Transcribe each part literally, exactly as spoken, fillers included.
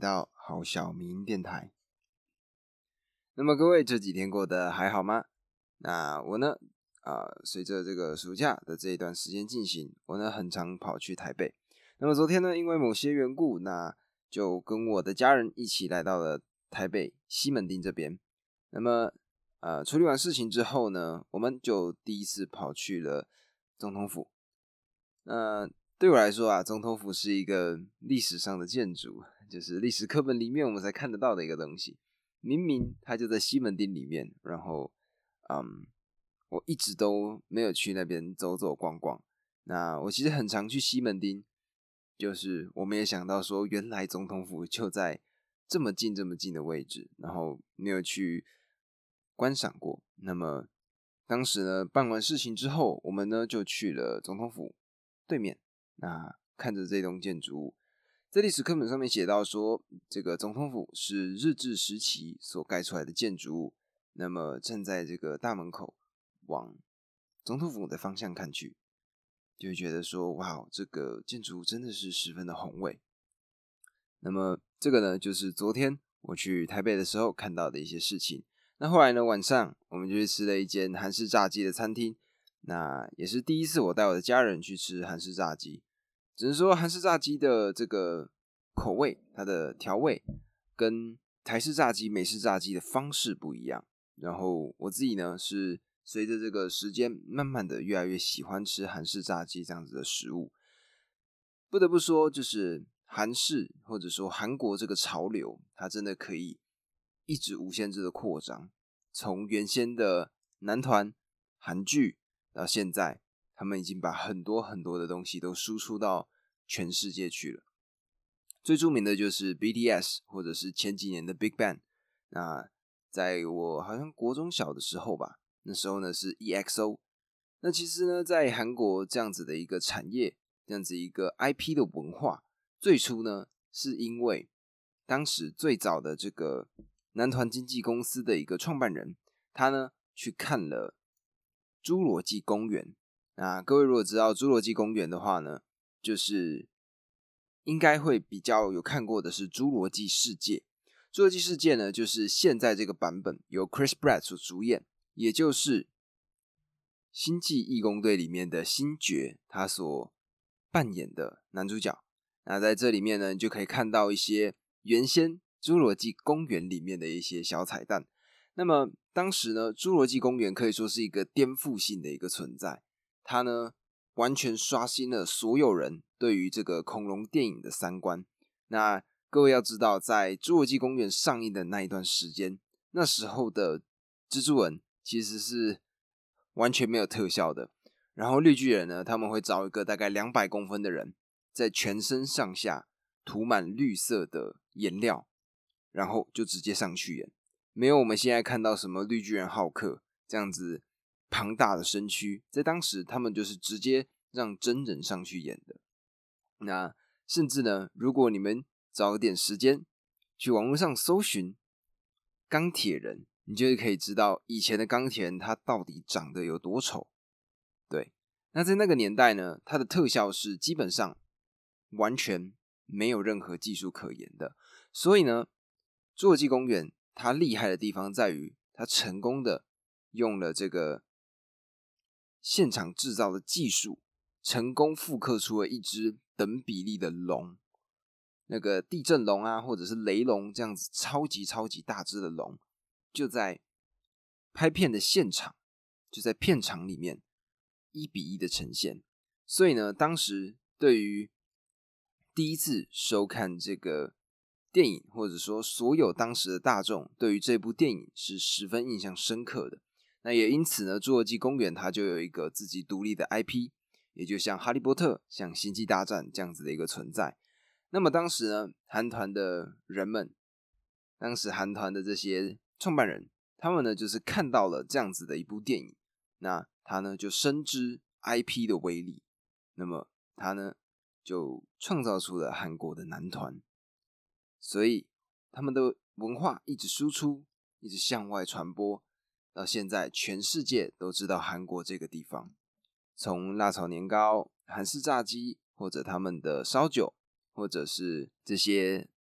到好小明电台。那么各位这几天过得还好吗？那我呢，呃，随着这个暑假的这一段时间进行，我呢很常跑去台北。那么昨天呢，因为某些缘故，那就跟我的家人一起来到了台北西门町这边。那么呃，处理完事情之后呢，我们就第一次跑去了总统府。那对我来说啊，总统府是一个历史上的建筑，就是历史课本里面我们才看得到的一个东西。明明它就在西门町里面，然后嗯，我一直都没有去那边走走逛逛。那我其实很常去西门町，就是我们也想到说，原来总统府就在这么近这么近的位置，然后没有去观赏过。那么当时呢，办完事情之后，我们呢就去了总统府对面，那看着这栋建筑物，在历史课本上面写到说，这个总统府是日治时期所盖出来的建筑物。那么站在这个大门口往总统府的方向看去，就会觉得说，哇，这个建筑物真的是十分的宏伟。那么这个呢，就是昨天我去台北的时候看到的一些事情。那后来呢，晚上我们就去吃了一间韩式炸鸡的餐厅，那也是第一次我带我的家人去吃韩式炸鸡。只能说韩式炸鸡的这个口味，它的调味跟台式炸鸡、美式炸鸡的方式不一样。然后我自己呢，是随着这个时间慢慢的越来越喜欢吃韩式炸鸡这样子的食物。不得不说，就是韩式或者说韩国这个潮流，它真的可以一直无限制的扩张。从原先的男团、韩剧到现在，他们已经把很多很多的东西都输出到全世界去了。最著名的就是 B T S 或者是前几年的 Big Bang。那在我好像国中小的时候吧，那时候呢是 E X O。那其实呢，在韩国这样子的一个产业，这样子一个 I P 的文化，最初呢是因为当时最早的这个男团经纪公司的一个创办人，他呢去看了侏罗纪公园。那各位如果知道侏罗纪公园的话呢，就是应该会比较有看过的是侏罗纪世界。侏罗纪世界呢，就是现在这个版本由 Chris Pratt 所主演，也就是星际义工队里面的星爵他所扮演的男主角。那在这里面呢，你就可以看到一些原先侏罗纪公园里面的一些小彩蛋。那么当时呢，侏罗纪公园可以说是一个颠覆性的一个存在，它呢完全刷新了所有人对于这个恐龙电影的三观。那各位要知道，在侏罗纪公园上映的那一段时间，那时候的蜘蛛人其实是完全没有特效的。然后绿巨人呢，他们会找一个大概两百公分的人，在全身上下涂满绿色的颜料，然后就直接上去演。没有我们现在看到什么绿巨人浩克这样子庞大的身躯，在当时他们就是直接让真人上去演的。那甚至呢，如果你们找一点时间去网络上搜寻钢铁人，你就可以知道以前的钢铁人他到底长得有多丑。对，那在那个年代呢，它的特效是基本上完全没有任何技术可言的。所以呢，侏罗纪公园它厉害的地方在于，它成功的用了这个现场制造的技术，成功复刻出了一只等比例的龙。那个地震龙啊，或者是雷龙这样子超级超级大只的龙，就在拍片的现场，就在片场里面一比一的呈现。所以呢，当时对于第一次收看这个电影，或者说所有当时的大众对于这部电影是十分印象深刻的。那也因此呢，侏罗纪公园它就有一个自己独立的 I P， 也就像哈利波特、像星际大战这样子的一个存在。那么当时呢，韩团的人们，当时韩团的这些创办人，他们呢就是看到了这样子的一部电影，那他呢就深知 I P 的威力，那么他呢就创造出了韩国的男团。所以他们的文化一直输出，一直向外传播，到现在全世界都知道韩国这个地方。从辣炒年糕、韩式炸鸡，或者他们的烧酒，或者是这些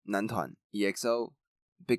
男团 E X O、Big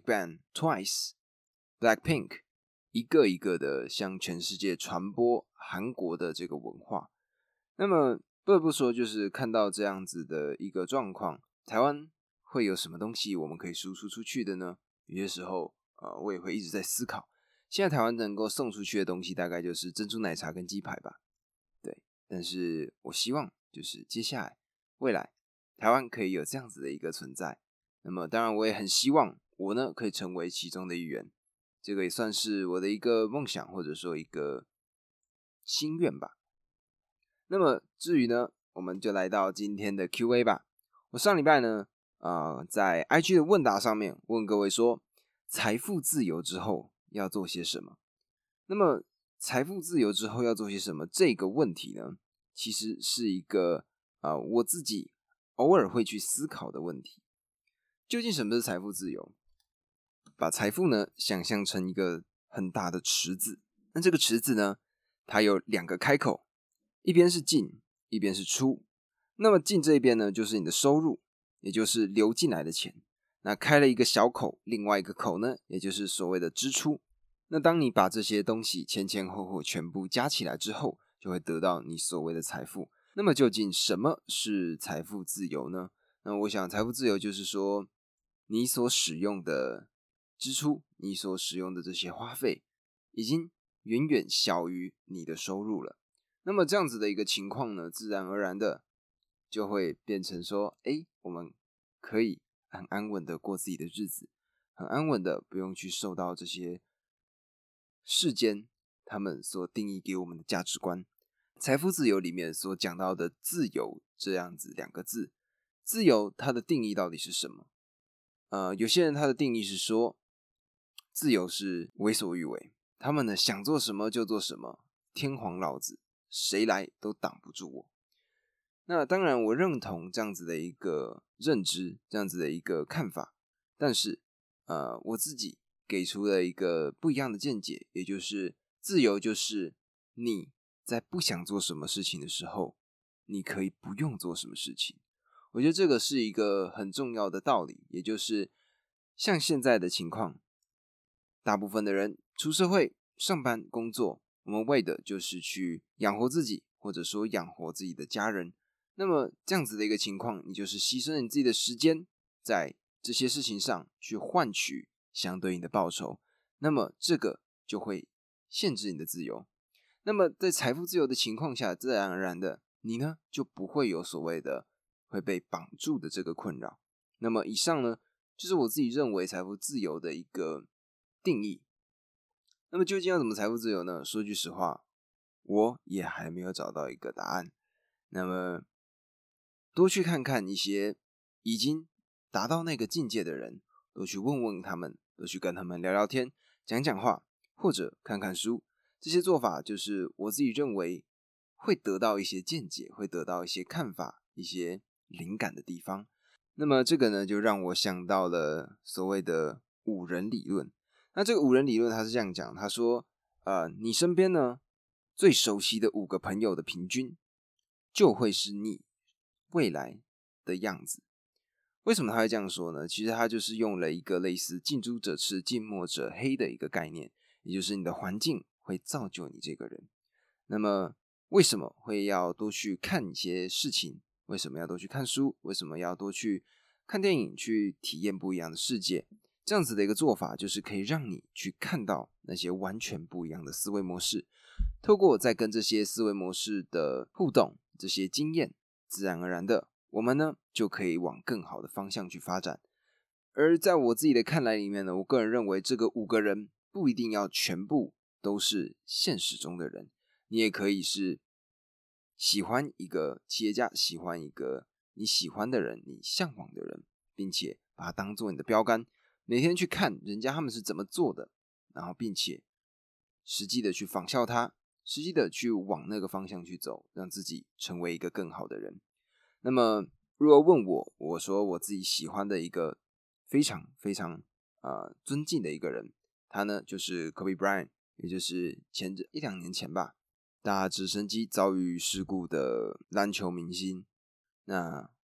Bang、Twice、Blackpink 一个一个的向全世界传播韩国的这个文化。那么不得不说，就是看到这样子的一个状况，台湾会有什么东西我们可以输出出去的呢？有些时候，呃，我也会一直在思考。现在台湾能够送出去的东西，大概就是珍珠奶茶跟鸡排吧。对，但是我希望就是接下来未来台湾可以有这样子的一个存在。那么当然我也很希望我呢可以成为其中的一员，这个也算是我的一个梦想或者说一个心愿吧。那么至于呢，我们就来到今天的 Q A 吧。我上礼拜呢呃，在 I G 的问答上面问各位说，财富自由之后要做些什么？那么财富自由之后要做些什么这个问题呢，其实是一个呃我自己偶尔会去思考的问题。究竟什么是财富自由？把财富呢想象成一个很大的池子，那这个池子呢，它有两个开口，一边是进，一边是出。那么进这一边呢，就是你的收入，也就是流进来的钱。那开了一个小口，另外一个口呢，也就是所谓的支出。那当你把这些东西前前后后全部加起来之后，就会得到你所谓的财富。那么究竟什么是财富自由呢？那我想财富自由就是说，你所使用的支出，你所使用的这些花费，已经远远小于你的收入了。那么这样子的一个情况呢，自然而然的就会变成说，诶，我们可以很安稳的过自己的日子，很安稳的不用去受到这些世间他们所定义给我们的价值观。财富自由里面所讲到的自由这样子两个字，自由它的定义到底是什么？呃，有些人他的定义是说，自由是为所欲为，他们呢想做什么就做什么，天皇老子谁来都挡不住我。那当然我认同这样子的一个认知，这样子的一个看法，但是呃，我自己给出了一个不一样的见解，也就是自由就是你在不想做什么事情的时候，你可以不用做什么事情。我觉得这个是一个很重要的道理，也就是像现在的情况，大部分的人出社会上班工作，我们为的就是去养活自己，或者说养活自己的家人。那么这样子的一个情况，你就是牺牲了你自己的时间在这些事情上去换取相对应的报酬，那么这个就会限制你的自由。那么在财富自由的情况下，自然而然的你呢就不会有所谓的会被绑住的这个困扰。那么以上呢就是我自己认为财富自由的一个定义。那么究竟要怎么财富自由呢？说句实话，我也还没有找到一个答案。那么多去看看一些已经达到那个境界的人，多去问问他们，多去跟他们聊聊天，讲讲话，或者看看书。这些做法就是我自己认为会得到一些见解，会得到一些看法，一些灵感的地方。那么这个呢，就让我想到了所谓的五人理论。那这个五人理论他是这样讲，他说呃，你身边呢最熟悉的五个朋友的平均就会是你未来的样子。为什么他会这样说呢？其实他就是用了一个类似近朱者赤近墨者黑的一个概念，也就是你的环境会造就你这个人。那么为什么会要多去看一些事情？为什么要多去看书？为什么要多去看电影，去体验不一样的世界？这样子的一个做法，就是可以让你去看到那些完全不一样的思维模式，透过在跟这些思维模式的互动，这些经验，自然而然的我们呢就可以往更好的方向去发展。而在我自己的看来里面呢，我个人认为这个五个人不一定要全部都是现实中的人，你也可以是喜欢一个企业家，喜欢一个你喜欢的人，你向往的人，并且把它当做你的标杆，每天去看人家他们是怎么做的，然后并且实际的去仿效他，实际的去往那个方向去走，让自己成为一个更好的人。那么如果问我，我说我自己喜欢的一个非常非常呃尊敬的一个人，他呢就是 Kobe Bryant， 也就是前一两年前吧，搭直升机遭遇事故的篮球明星。那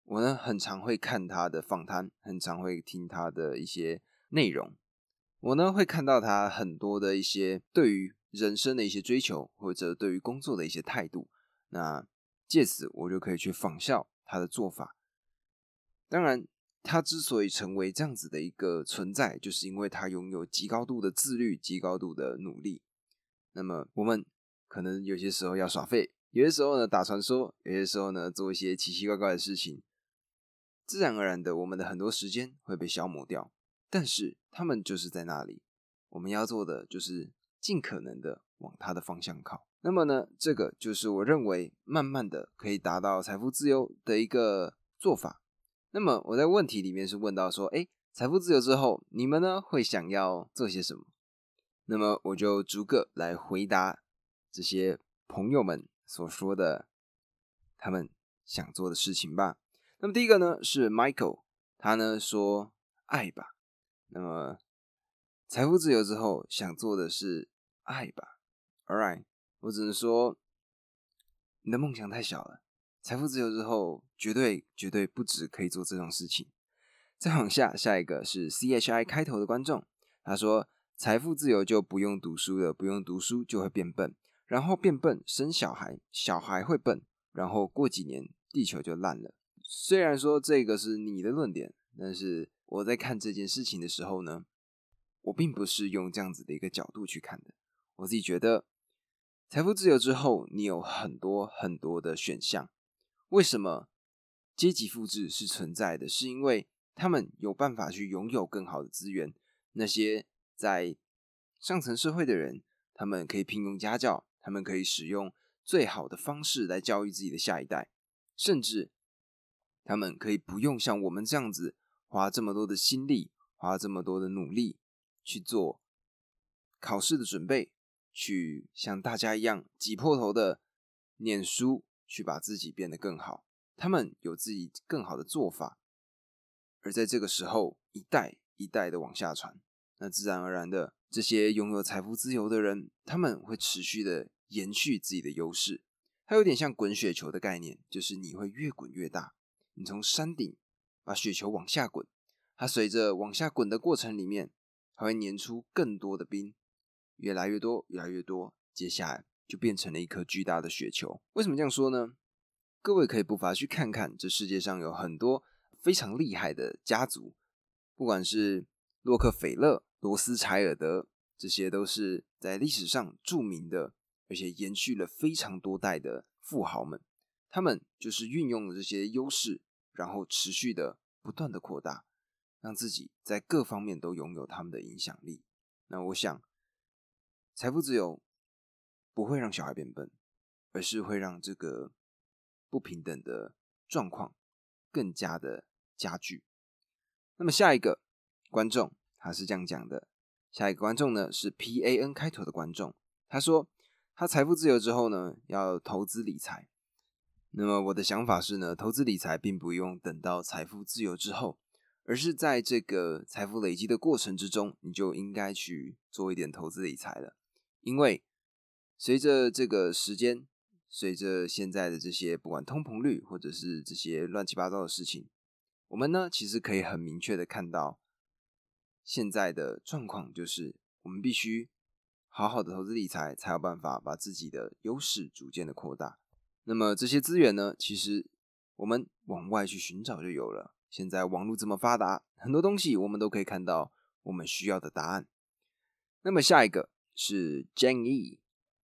我呢很常会看他的访谈，很常会听他的一些内容。我呢会看到他很多的一些对于人生的一些追求，或者对于工作的一些态度。那借此我就可以去仿效他的做法。当然，他之所以成为这样子的一个存在，就是因为他拥有极高度的自律、极高度的努力。那么我们可能有些时候要耍废，有些时候呢打传说，有些时候呢做一些奇奇怪怪的事情，自然而然的我们的很多时间会被消磨掉。但是他们就是在那里，我们要做的就是尽可能的往他的方向靠。那么呢，这个就是我认为慢慢的可以达到财富自由的一个做法。那么我在问题里面是问到说，诶，财富自由之后，你们呢会想要做些什么？那么我就逐个来回答这些朋友们所说的他们想做的事情吧。那么第一个呢是 Michael， 他呢说爱吧。那么财富自由之后想做的是爱吧。 Alright， 我只能说你的梦想太小了，财富自由之后绝对绝对不止可以做这种事情。再往下，下一个是 C H I 开头的观众，他说财富自由就不用读书了，不用读书就会变笨，然后变笨生小孩，小孩会笨，然后过几年地球就烂了。虽然说这个是你的论点，但是我在看这件事情的时候呢，我并不是用这样子的一个角度去看的。我自己觉得财富自由之后你有很多很多的选项。为什么阶级复制是存在的？是因为他们有办法去拥有更好的资源。那些在上层社会的人，他们可以聘用家教，他们可以使用最好的方式来教育自己的下一代，甚至他们可以不用像我们这样子花这么多的心力，花这么多的努力去做考试的准备，去像大家一样挤破头的念书，去把自己变得更好。他们有自己更好的做法，而在这个时候一代一代的往下传，那自然而然的这些拥有财富自由的人，他们会持续的延续自己的优势。它有点像滚雪球的概念，就是你会越滚越大，你从山顶把雪球往下滚，它随着往下滚的过程里面，它会粘出更多的冰，越来越多越来越多，接下来就变成了一颗巨大的雪球。为什么这样说呢？各位可以不乏去看看，这世界上有很多非常厉害的家族，不管是洛克菲勒、罗斯柴尔德，这些都是在历史上著名的，而且延续了非常多代的富豪们。他们就是运用了这些优势，然后持续的不断的扩大，让自己在各方面都拥有他们的影响力。那我想，财富自由不会让小孩变笨，而是会让这个不平等的状况更加的加剧。那么下一个观众他是这样讲的，下一个观众呢是 P A N 开头的观众，他说他财富自由之后呢要投资理财。那么我的想法是呢，投资理财并不用等到财富自由之后，而是在这个财富累积的过程之中，你就应该去做一点投资理财了。因为随着这个时间，随着现在的这些不管通膨率或者是这些乱七八糟的事情，我们呢其实可以很明确的看到现在的状况，就是我们必须好好的投资理财，才有办法把自己的优势逐渐的扩大。那么这些资源呢，其实我们往外去寻找就有了。现在网络这么发达，很多东西我们都可以看到我们需要的答案。那么下一个是 Zheng Yi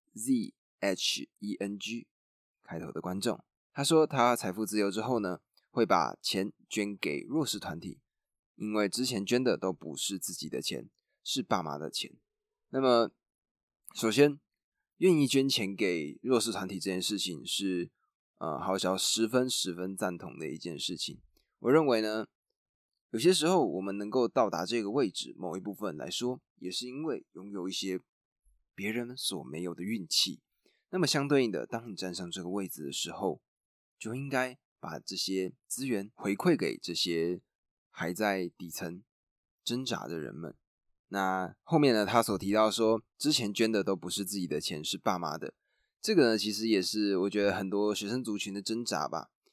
Z H E N G 开头的观众，他说他财富自由之后呢，会把钱捐给弱势团体，因为之前捐的都不是自己的钱，是爸妈的钱。那么首先愿意捐钱给弱势团体这件事情是呃豪小十分十分赞同的一件事情。我认为呢，有些时候我们能够到达这个位置，某一部分来说也是因为拥有一些别人所没有的运气。那么相对应的，当你站上这个位置的时候，就应该把这些资源回馈给这些还在底层挣扎的人们。那后面呢，他所提到说之前捐的都不是自己的钱，是爸妈的，这个呢其实也是我觉得很多学生族群的挣扎吧。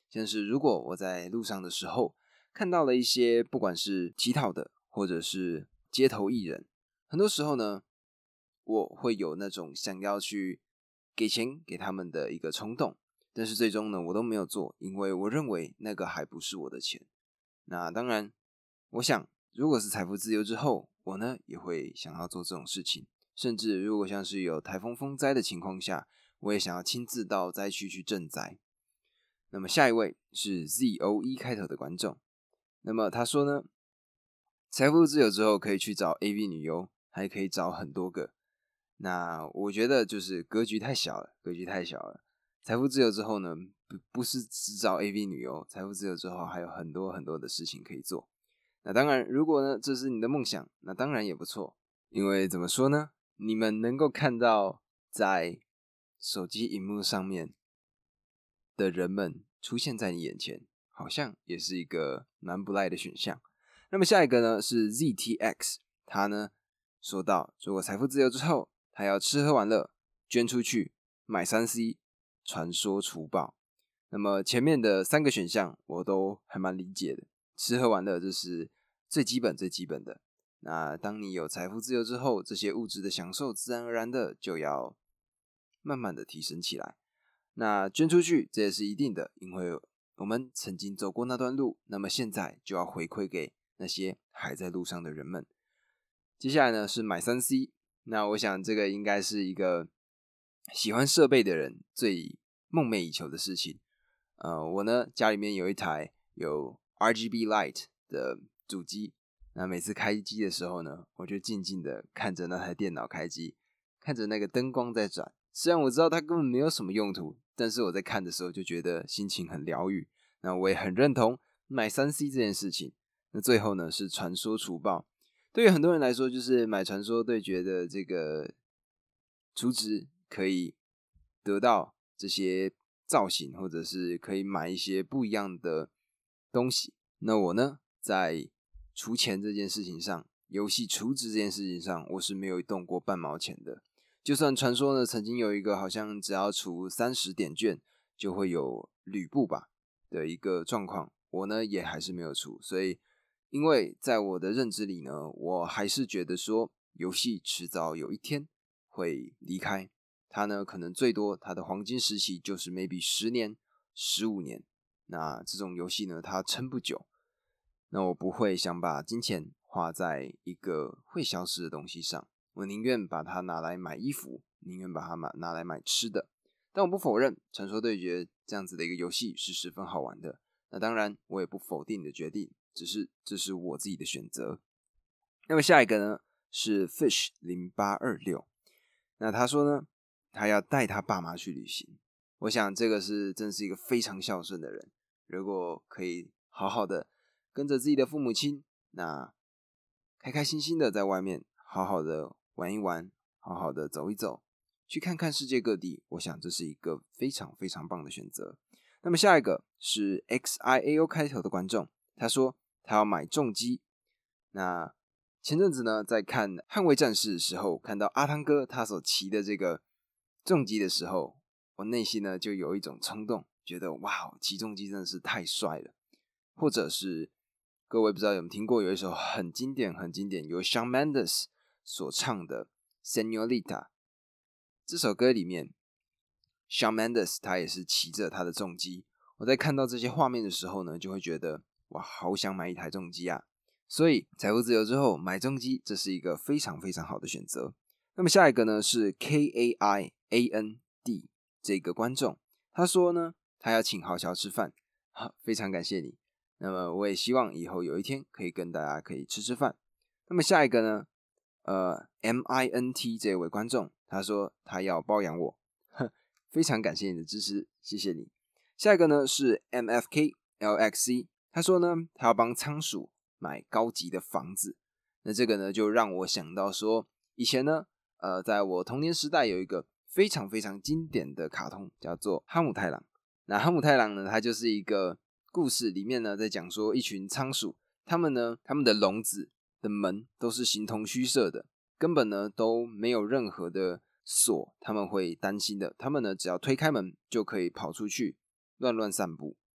像是如果我在路上的时候看到了一些不管是乞讨的或者是街头艺人，很多时候呢我会有那种想要去给钱给他们的一个冲动，但是最终呢我都没有做，因为我认为那个还不是我的钱。那当然我想如果是财富自由之后，我呢也会想要做这种事情，甚至如果像是有台风风灾的情况下，我也想要亲自到灾区去赈灾。那么下一位是 Z O E 开头的观众，那么他说呢，财富自由之后可以去找 A V 女优，还可以找很多个。那我觉得就是格局太小了，格局太小了。财富自由之后呢，不不是只找 A V 女优，财富自由之后还有很多很多的事情可以做。那当然，如果呢这是你的梦想，那当然也不错。因为怎么说呢，你们能够看到在手机荧幕上面的人们出现在你眼前，好像也是一个蛮不赖的选项。那么下一个呢是 Z T X， 他呢说到，如果财富自由之后，他要吃喝玩乐，捐出去，买 三 C， 传说除暴。那么前面的三个选项我都还蛮理解的，吃喝玩乐这是最基本最基本的。那当你有财富自由之后，这些物质的享受自然而然的就要慢慢的提升起来。那捐出去这也是一定的，因为我们曾经走过那段路，那么现在就要回馈给那些还在路上的人们。接下来呢是买 三 C， 那我想这个应该是一个喜欢设备的人最梦寐以求的事情。呃，我呢家里面有一台有 R G B light 的主机，那每次开机的时候呢，我就静静的看着那台电脑开机，看着那个灯光在转。虽然我知道它根本没有什么用途，但是我在看的时候就觉得心情很疗愈。那我也很认同买 三 C 这件事情。那最后呢是传说除暴，对于很多人来说，就是买传说对决的这个储值可以得到这些造型，或者是可以买一些不一样的东西。那我呢在除钱这件事情上，游戏储值这件事情上，我是没有动过半毛钱的。就算传说呢曾经有一个好像只要除三十点券就会有吕布吧的一个状况，我呢也还是没有除。所以因为在我的认知里呢，我还是觉得说游戏迟早有一天会离开它呢，可能最多它的黄金时期就是 maybe 十年十五年，那这种游戏呢它撑不久。那我不会想把金钱花在一个会消失的东西上，我宁愿把它拿来买衣服，宁愿把它拿来买吃的。但我不否认传说对决这样子的一个游戏是十分好玩的，那当然我也不否定你的决定，只是这是我自己的选择。那么下一个呢是 Fish 零八二六， 那他说呢他要带他爸妈去旅行。我想这个是真是一个非常孝顺的人，如果可以好好的跟着自己的父母亲，那开开心心的在外面好好的玩一玩，好好的走一走，去看看世界各地，我想这是一个非常非常棒的选择。那么下一个是 X I A O 开头的观众，他说他要买重机。那前阵子呢在看捍卫战士的时候，看到阿汤哥他所骑的这个重机的时候，我内心呢就有一种冲动，觉得哇，骑重机真的是太帅了。或者是各位不知道有没有听过，有一首很经典很经典由 Shawn Mendes 所唱的 Señorita， 这首歌里面 Shawn Mendes 他也是骑着他的重机。我在看到这些画面的时候呢，就会觉得哇，好想买一台重机啊。所以财富自由之后买重机，这是一个非常非常好的选择。那么下一个呢是 K A I A N D 这个观众，他说呢他要请豪乔吃饭，非常感谢你。那么我也希望以后有一天可以跟大家可以吃吃饭。那么下一个呢呃 M I N T 这位观众，他说他要包养我，非常感谢你的支持，谢谢你。下一个呢是 M F K L X C， 他说呢他要帮仓鼠买高级的房子。那这个呢就让我想到说，以前呢呃在我童年时代有一个非常非常经典的卡通叫做哈姆太郎。那哈姆太郎呢，它就是一个故事里面呢在讲说一群仓鼠，他们呢他们的笼子的门都是形同虚设的，根本呢都没有任何的锁，他们会担心的。他们呢只要推开门就可以跑出去乱乱散步。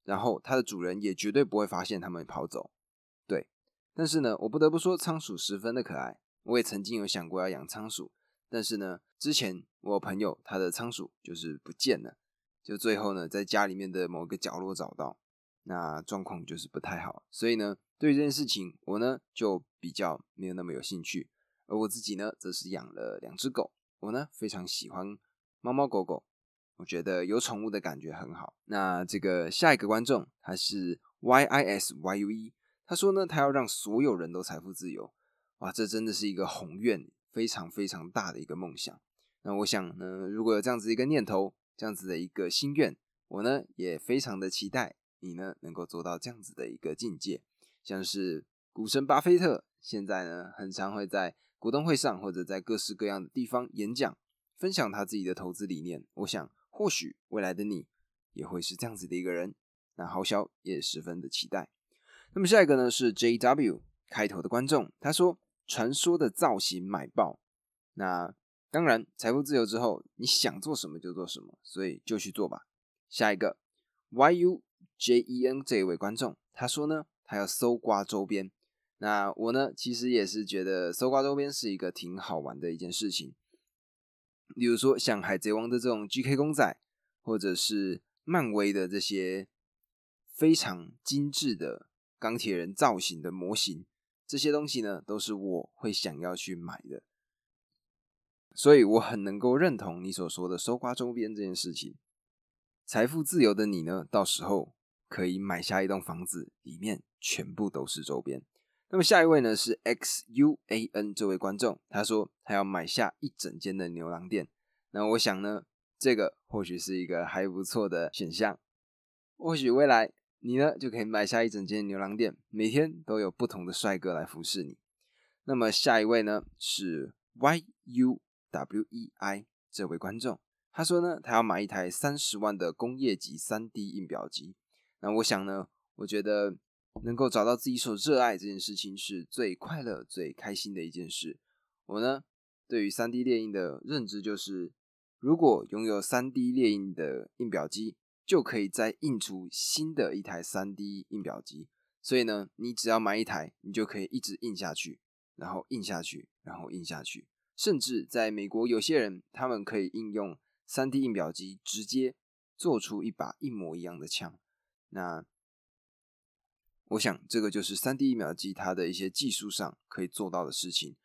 然后它的主人也绝对不会发现它们跑走。对，但是呢，我不得不说仓鼠十分的可爱，我也曾经有想过要养仓鼠，但是呢，之前我有朋友他的仓鼠就是不见了，就最后呢在家里面的某个角落找到，那状况就是不太好，所以呢，对于这件事情我呢就比较没有那么有兴趣。而我自己呢，则是养了两只狗，我呢非常喜欢猫猫狗狗，我觉得有宠物的感觉很好。那这个下一个观众他是 Y I S Y U E， 他说呢，他要让所有人都财富自由。哇，这真的是一个宏愿，非常非常大的一个梦想。那我想呢，如果有这样子一个念头，这样子的一个心愿，我呢也非常的期待你呢能够做到这样子的一个境界。像是股神巴菲特现在呢，很常会在股东会上或者在各式各样的地方演讲，分享他自己的投资理念。我想或许未来的你也会是这样子的一个人，那豪小也十分的期待。那么下一个呢是 J W 开头的观众，他说传说的造型买爆。那当然财富自由之后你想做什么就做什么，所以就去做吧。下一个 Y U J E N 这一位观众，他说呢他要搜刮周边。那我呢其实也是觉得搜刮周边是一个挺好玩的一件事情，例如说像海贼王的这种 G K 公仔，或者是漫威的这些非常精致的钢铁人造型的模型，这些东西呢都是我会想要去买的，所以我很能够认同你所说的搜刮周边这件事情。财富自由的你呢，到时候可以买下一栋房子，里面全部都是周边。那么下一位呢是 X U A N 这位观众，他说他要买下一整间的牛郎店。那我想呢，这个或许是一个还不错的选项。或许未来你呢就可以买下一整间牛郎店，每天都有不同的帅哥来服侍你。那么下一位呢是 Y U W E I 这位观众，他说呢他要买一台三十万的工业级 三 D 印表机。那我想呢，我觉得能够找到自己所热爱这件事情是最快乐最开心的一件事。我呢对于 三 D 列印的认知就是，如果拥有 三 D 列印的印表机，就可以再印出新的一台 三 D 印表机。所以呢，你只要买一台，你就可以一直印下去，然后印下去，然后印下去。甚至在美国有些人，他们可以应用 三 D 印表机直接做出一把一模一样的枪。那我想这个就是 三 D 印表机它的一些技术上可以做到的事情。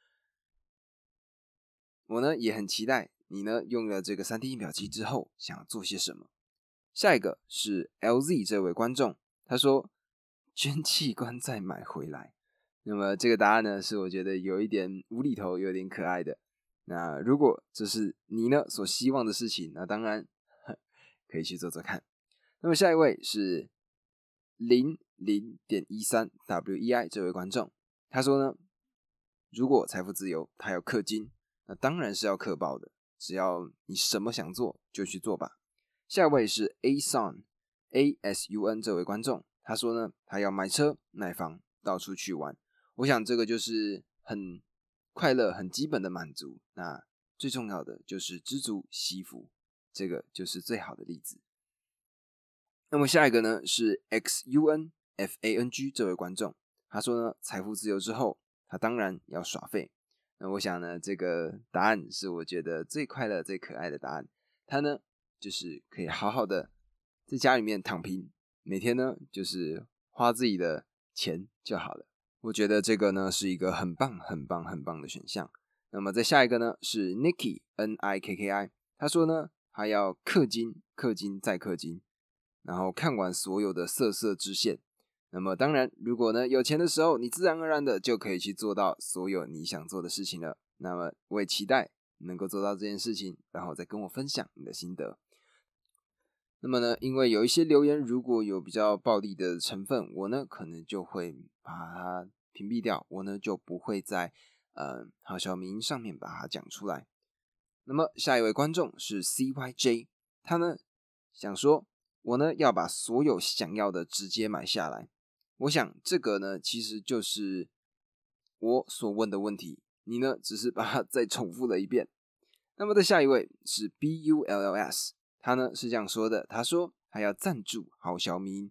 我呢也很期待你呢用了这个 三 D 印表机之后想要做些什么。下一个是 L Z 这位观众，他说捐器官再买回来。那么这个答案呢是我觉得有一点无厘头有点可爱的。那如果这是你呢所希望的事情，那当然可以去做做看。那么下一位是 零零点一三 W E I 这位观众，他说呢，如果财富自由他要氪金，那当然是要氪爆的，只要你什么想做就去做吧。下一位是 Asun A S U N 这位观众，他说呢他要买车买房到处去玩。我想这个就是很快乐很基本的满足，那最重要的就是知足惜福，这个就是最好的例子。那么下一个呢是 X U N F A N G 这位观众，他说呢财富自由之后他当然要耍废。那我想呢这个答案是我觉得最快乐最可爱的答案，他呢就是可以好好的在家里面躺平，每天呢就是花自己的钱就好了。我觉得这个呢是一个很棒很棒很棒的选项。那么再下一个呢是 Nikki N I K K I， 他说呢他要氪金氪金再氪金，然后看完所有的色色支线。那么当然如果呢有钱的时候，你自然而然的就可以去做到所有你想做的事情了。那么我也期待能够做到这件事情，然后再跟我分享你的心得。那么呢因为有一些留言如果有比较暴力的成分，我呢可能就会把它屏蔽掉，我呢就不会在呃好小名上面把它讲出来。那么下一位观众是 C Y J， 他呢想说我呢要把所有想要的直接买下来。我想这个呢其实就是我所问的问题，你呢只是把它再重复了一遍。那么的下一位是 B U L L S， 他呢是这样说的，他说他要赞助好小民，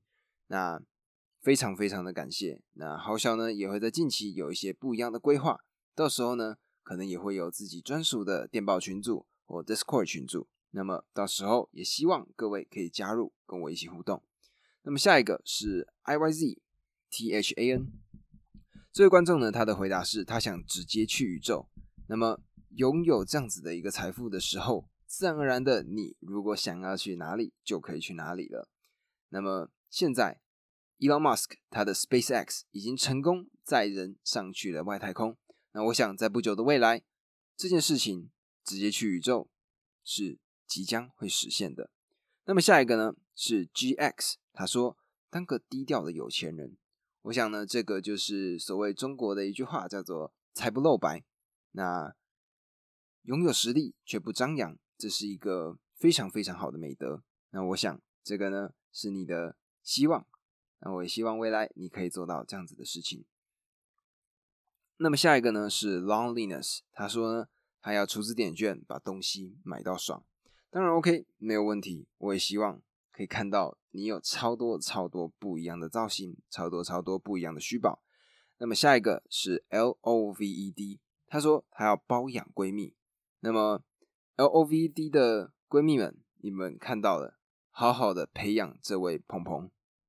那非常非常的感谢。那豪小呢也会在近期有一些不一样的规划，到时候呢可能也会有自己专属的电报群组或 Discord 群组，那么到时候也希望各位可以加入跟我一起互动。那么下一个是 I Y Z T H A N， 这位观众呢他的回答是他想直接去宇宙。那么拥有这样子的一个财富的时候，自然而然的你如果想要去哪里就可以去哪里了。那么现在 Elon Musk 他的 SpaceX 已经成功载人上去了外太空，那我想在不久的未来，这件事情直接去宇宙是即将会实现的。那么下一个呢是 G X， 他说当个低调的有钱人。我想呢这个就是所谓中国的一句话，叫做财不露白。那拥有实力却不张扬，这是一个非常非常好的美德。那我想这个呢是你的希望，那我也希望未来你可以做到这样子的事情。那么下一个呢是 Loneliness， 他说呢他要出资点券把东西买到爽。当然 OK 没有问题，我也希望可以看到你有超多超多不一样的造型，超多超多不一样的虚宝。那么下一个是 L O V E D， 他说他要包养闺蜜。那么 L O V E D 的闺蜜们，你们看到了，好好的培养这位鹏鹏，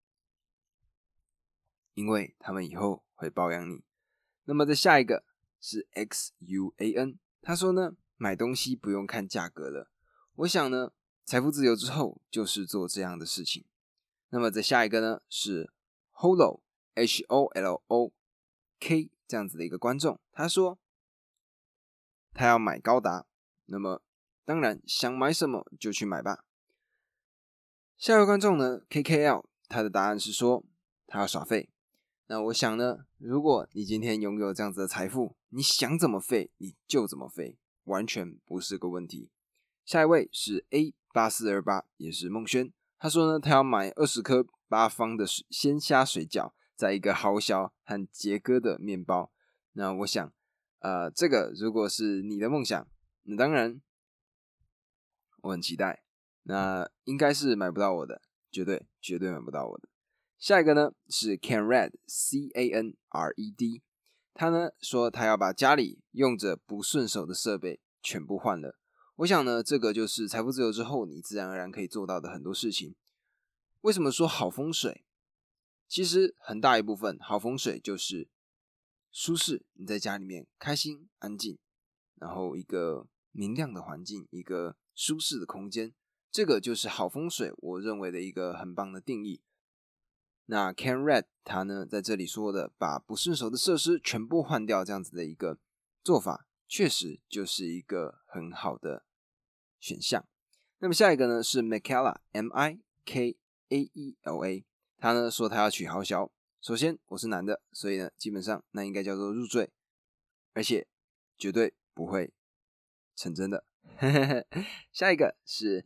因为他们以后会包养你。那么在下一个是 X U A N， 他说呢买东西不用看价格了。我想呢财富自由之后就是做这样的事情。那么在下一个呢是 Holo H O L O K 这样子的一个观众，他说他要买高达，那么当然想买什么就去买吧。下一位观众呢 K K L， 他的答案是说他要耍废。那我想呢如果你今天拥有这样子的财富，你想怎么废你就怎么废，完全不是个问题。下一位是 A 八四二八， 也是孟轩，他说呢他要买二十颗八方的鲜虾水饺，在一个豪小和杰哥的面包。那我想呃，这个如果是你的梦想，那当然我很期待，那应该是买不到我的，绝对绝对买不到我的。下一个呢是 Canred C A N R E D， 他呢说他要把家里用着不顺手的设备全部换了。我想呢这个就是财富自由之后你自然而然可以做到的很多事情。为什么说好风水？其实很大一部分好风水就是舒适，你在家里面开心安静，然后一个明亮的环境，一个舒适的空间，这个就是好风水我认为的一个很棒的定义。那 Canred 他呢在这里说的把不顺手的设施全部换掉，这样子的一个做法确实就是一个很好的选项。那么下一个呢是 Michaela M I K A E L A， 他呢说他要娶豪小。首先我是男的，所以呢基本上那应该叫做入赘，而且绝对不会成真的。下一个是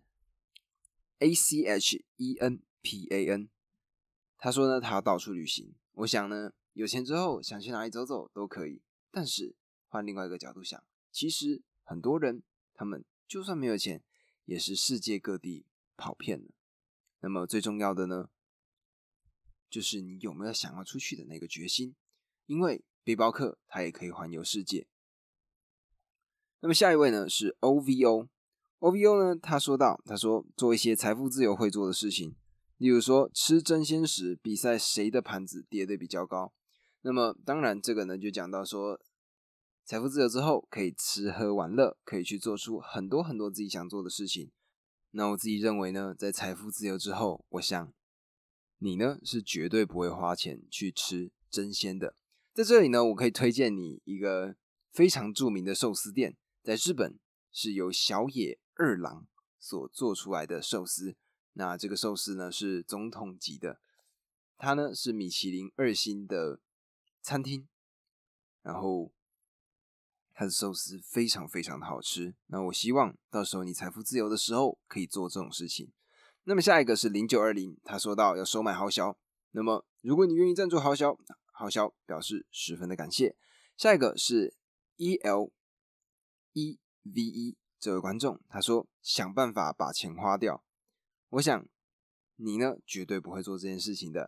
A C H E N P A N， 他说呢他要到处旅行。我想呢有钱之后想去哪里走走都可以，但是换另外一个角度想，其实很多人他们就算没有钱也是世界各地跑遍了。那么最重要的呢就是你有没有想要出去的那个决心，因为背包客他也可以环游世界。那么下一位呢是 O V O， O V O 呢他说到，他说做一些财富自由会做的事情，例如说吃真鲜时比赛谁的盘子叠得比较高。那么当然这个呢就讲到说财富自由之后可以吃喝玩乐，可以去做出很多很多自己想做的事情。那我自己认为呢在财富自由之后，我想你呢是绝对不会花钱去吃真鲜的。在这里呢我可以推荐你一个非常著名的寿司店，在日本是由小野二郎所做出来的寿司。那这个寿司呢是总统级的，它呢是米其林二星的餐厅，然后它的寿司非常非常的好吃。那我希望到时候你财富自由的时候可以做这种事情。那么下一个是零九二零，他说到要收买豪小。那么如果你愿意赞助豪小，豪小表示十分的感谢。下一个是 E L E V E 这位观众，他说想办法把钱花掉。我想你呢绝对不会做这件事情的，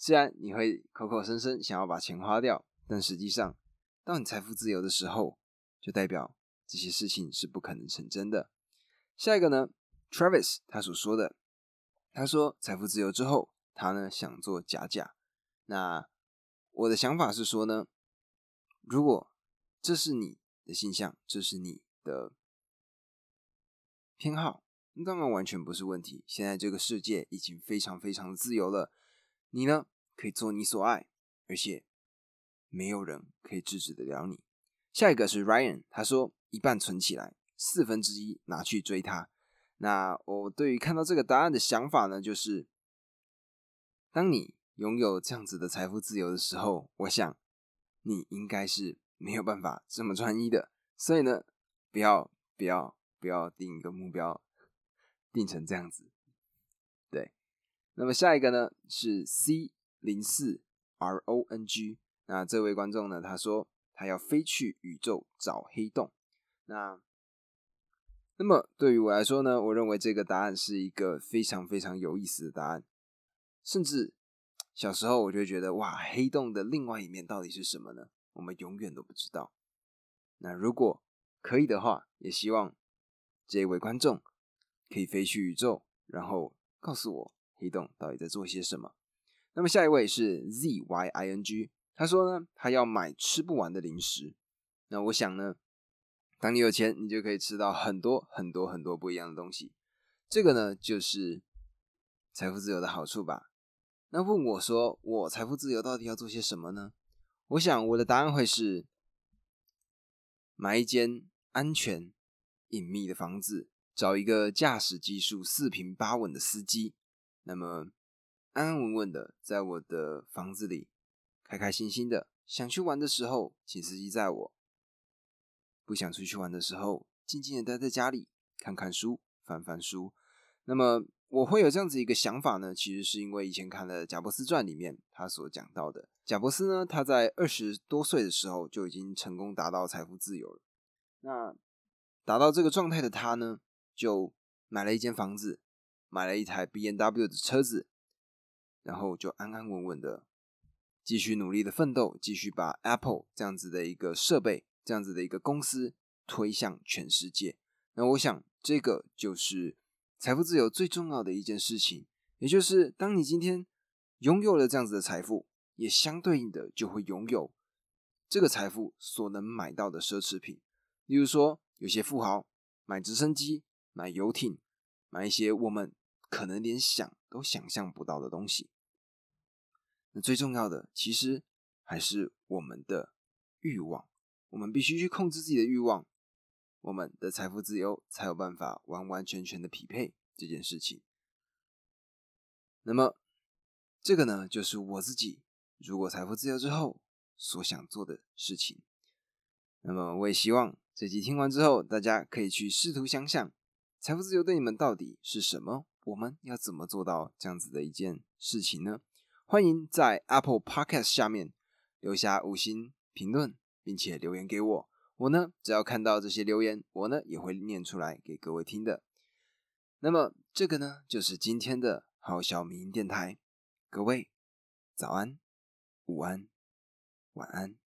虽然你会口口声声想要把钱花掉，但实际上，当你财富自由的时候，就代表这些事情是不可能成真的。下一个呢 ，Travis 他所说的，他说财富自由之后，他呢想做假假。那我的想法是说呢，如果这是你的性向，这是你的偏好，那当然完全不是问题。现在这个世界已经非常非常的自由了，你呢可以做你所爱，而且没有人可以制止得了你。下一个是 Ryan， 他说一半存起来，四分之一拿去追他。那我对于看到这个答案的想法呢，就是当你拥有这样子的财富自由的时候，我想你应该是没有办法这么专一的，所以呢，不要不要不要定一个目标，定成这样子。对，那么下一个呢是 C 零四 R O N G， 那这位观众呢，他说他要飞去宇宙找黑洞。那那么对于我来说呢，我认为这个答案是一个非常非常有意思的答案，甚至小时候我就觉得，哇，黑洞的另外一面到底是什么呢？我们永远都不知道。那如果可以的话，也希望这一位观众可以飞去宇宙，然后告诉我黑洞到底在做些什么。那么下一位是 Z Y I N G， 他说呢，他要买吃不完的零食。那我想呢，当你有钱，你就可以吃到很多很多很多不一样的东西。这个呢，就是财富自由的好处吧。那问我说，我财富自由到底要做些什么呢？我想我的答案会是买一间安全隐秘的房子，找一个驾驶技术四平八稳的司机，那么安安稳稳的在我的房子里开开心心的，想去玩的时候请司机载我，不想出去玩的时候静静的待在家里看看书翻翻书。那么我会有这样子一个想法呢，其实是因为以前看了贾伯斯传里面他所讲到的，贾伯斯呢，他在二十多岁的时候就已经成功达到财富自由了。那达到这个状态的他呢，就买了一间房子，买了一台 B M W 的车子，然后就安安稳稳的继续努力的奋斗，继续把 Apple 这样子的一个设备，这样子的一个公司推向全世界。那我想这个就是财富自由最重要的一件事情，也就是当你今天拥有了这样子的财富，也相对应的就会拥有这个财富所能买到的奢侈品。例如说有些富豪买直升机，买游艇，买一些我们可能连想都想象不到的东西。那最重要的其实还是我们的欲望，我们必须去控制自己的欲望，我们的财富自由才有办法完完全全的匹配这件事情。那么这个呢，就是我自己如果财富自由之后所想做的事情。那么我也希望这集听完之后，大家可以去试图想想，财富自由对你们到底是什么？我们要怎么做到这样子的一件事情呢？欢迎在 Apple Podcast 下面留下五星评论，并且留言给我。我呢，只要看到这些留言，我呢也会念出来给各位听的。那么这个呢，就是今天的好小民营电台。各位早安、午安、晚安。